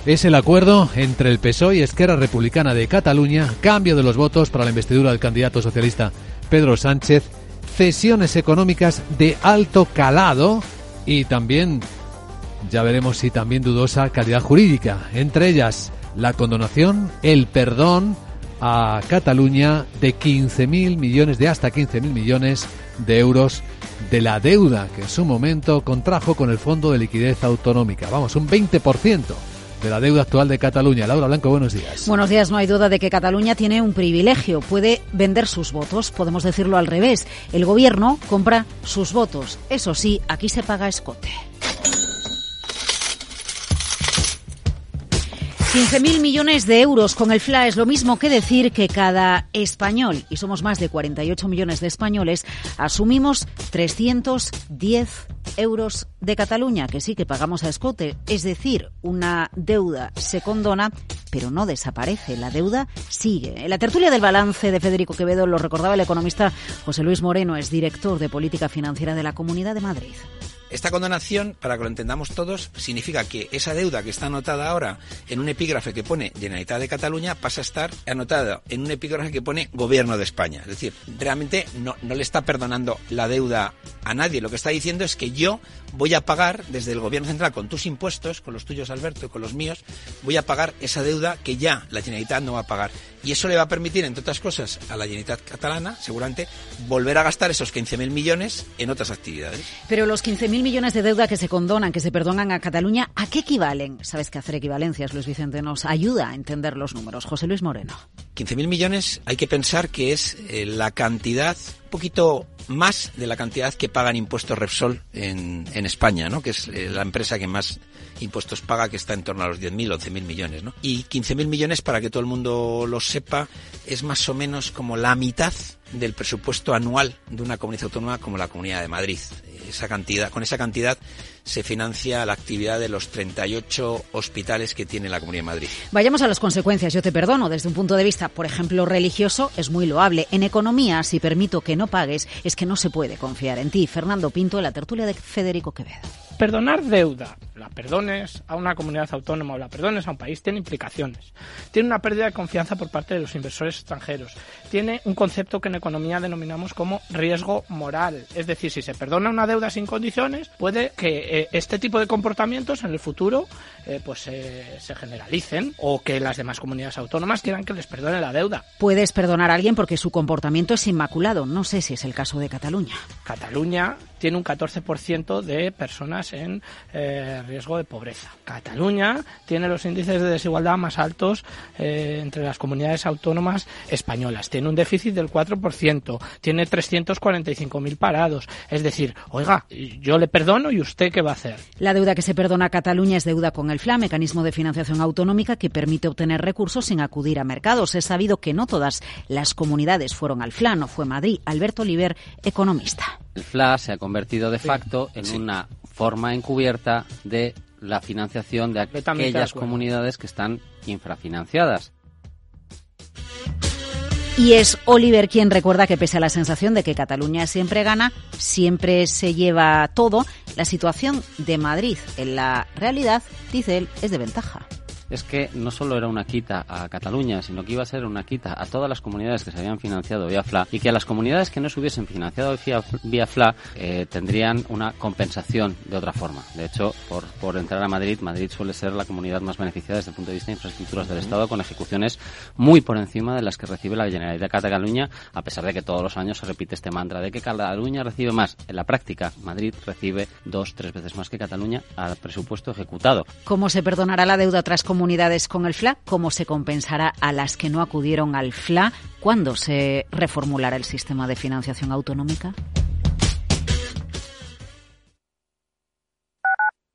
Es el acuerdo entre el PSOE y Esquerra Republicana de Cataluña, cambio de los votos para la investidura del candidato socialista Pedro Sánchez, cesiones económicas de alto calado y también, ya veremos si también dudosa calidad jurídica, entre ellas la condonación, el perdón a Cataluña de hasta 15.000 millones de euros de la deuda que en su momento contrajo con el Fondo de Liquidez Autonómica. Vamos, un 20% de la deuda actual de Cataluña. Laura Blanco, buenos días. Buenos días. No hay duda de que Cataluña tiene un privilegio. Puede vender sus votos. Podemos decirlo al revés. El gobierno compra sus votos. Eso sí, aquí se paga escote. 15.000 millones de euros con el FLA es lo mismo que decir que cada español, y somos más de 48 millones de españoles, asumimos 310 euros de Cataluña, que sí que pagamos a escote. Es decir, una deuda se condona, pero no desaparece. La deuda sigue. En la tertulia del balance de Federico Quevedo lo recordaba el economista José Luis Moreno, es director de Política Financiera de la Comunidad de Madrid. Esta condonación, para que lo entendamos todos, significa que esa deuda que está anotada ahora en un epígrafe que pone Generalitat de Cataluña pasa a estar anotada en un epígrafe que pone Gobierno de España. Es decir, realmente no le está perdonando la deuda a nadie. Lo que está diciendo es que yo voy a pagar desde el Gobierno Central con tus impuestos, con los tuyos, Alberto, y con los míos, voy a pagar esa deuda que ya la Generalitat no va a pagar. Y eso le va a permitir, entre otras cosas, a la Generalitat catalana, seguramente, volver a gastar esos 15.000 millones en otras actividades. Pero los 15.000 millones de deuda que se condonan, que se perdonan a Cataluña, ¿a qué equivalen? Sabes que hacer equivalencias, Luis Vicente, nos ayuda a entender los números. José Luis Moreno. 15.000 millones hay que pensar que es la cantidad, un poquito más de la cantidad que pagan impuestos Repsol en España, ¿no? Que es la empresa que más impuestos paga, que está en torno a los 10.000 o 11.000 millones, ¿no? Y 15.000 millones, para que todo el mundo lo sepa, es más o menos como la mitad del presupuesto anual de una comunidad autónoma como la Comunidad de Madrid. Con esa cantidad se financia la actividad de los 38 hospitales que tiene la Comunidad de Madrid. Vayamos a las consecuencias. Yo te perdono. Desde un punto de vista, por ejemplo, religioso, es muy loable. En economía, si permito que no pagues, es que no se puede confiar en ti. Fernando Pinto, en la tertulia de Federico Quevedo. Perdonar deuda, la perdones a una comunidad autónoma o la perdones a un país, tiene implicaciones. Tiene una pérdida de confianza por parte de los inversores extranjeros. Tiene un concepto que en economía denominamos como riesgo moral. Es decir, si se perdona una deuda sin condiciones, puede que este tipo de comportamientos en el futuro se generalicen, o que las demás comunidades autónomas quieran que les perdone la deuda. Puedes perdonar a alguien porque su comportamiento es inmaculado. No sé si es el caso de Cataluña. Cataluña tiene un 14% de personas en riesgo de pobreza. Cataluña tiene los índices de desigualdad más altos entre las comunidades autónomas españolas. Tiene un déficit del 4%, tiene 345.000 parados. Es decir, oiga, yo le perdono y ¿usted qué va a hacer? La deuda que se perdona a Cataluña es deuda con el FLA, mecanismo de financiación autonómica que permite obtener recursos sin acudir a mercados. Es sabido que no todas las comunidades fueron al FLA, no fue Madrid. Alberto Oliver, economista. El FLA se ha convertido de facto en una forma encubierta de la financiación de aquellas comunidades que están infrafinanciadas. Y es Oliver quien recuerda que pese a la sensación de que Cataluña siempre gana, siempre se lleva todo, la situación de Madrid en la realidad, dice él, es de ventaja. Es que no solo era una quita a Cataluña, sino que iba a ser una quita a todas las comunidades que se habían financiado vía FLA, y que a las comunidades que no se hubiesen financiado vía FLA tendrían una compensación de otra forma. De hecho, por entrar a Madrid suele ser la comunidad más beneficiada desde el punto de vista de infraestructuras del Estado, con ejecuciones muy por encima de las que recibe la Generalitat de Cataluña, a pesar de que todos los años se repite este mantra de que Cataluña recibe más. En la práctica, Madrid recibe 2-3 veces más que Cataluña al presupuesto ejecutado. ¿Cómo se perdonará la deuda tras comunidades con el FLA? ¿Cómo se compensará a las que no acudieron al FLA? ¿Cuándo se reformulará el sistema de financiación autonómica?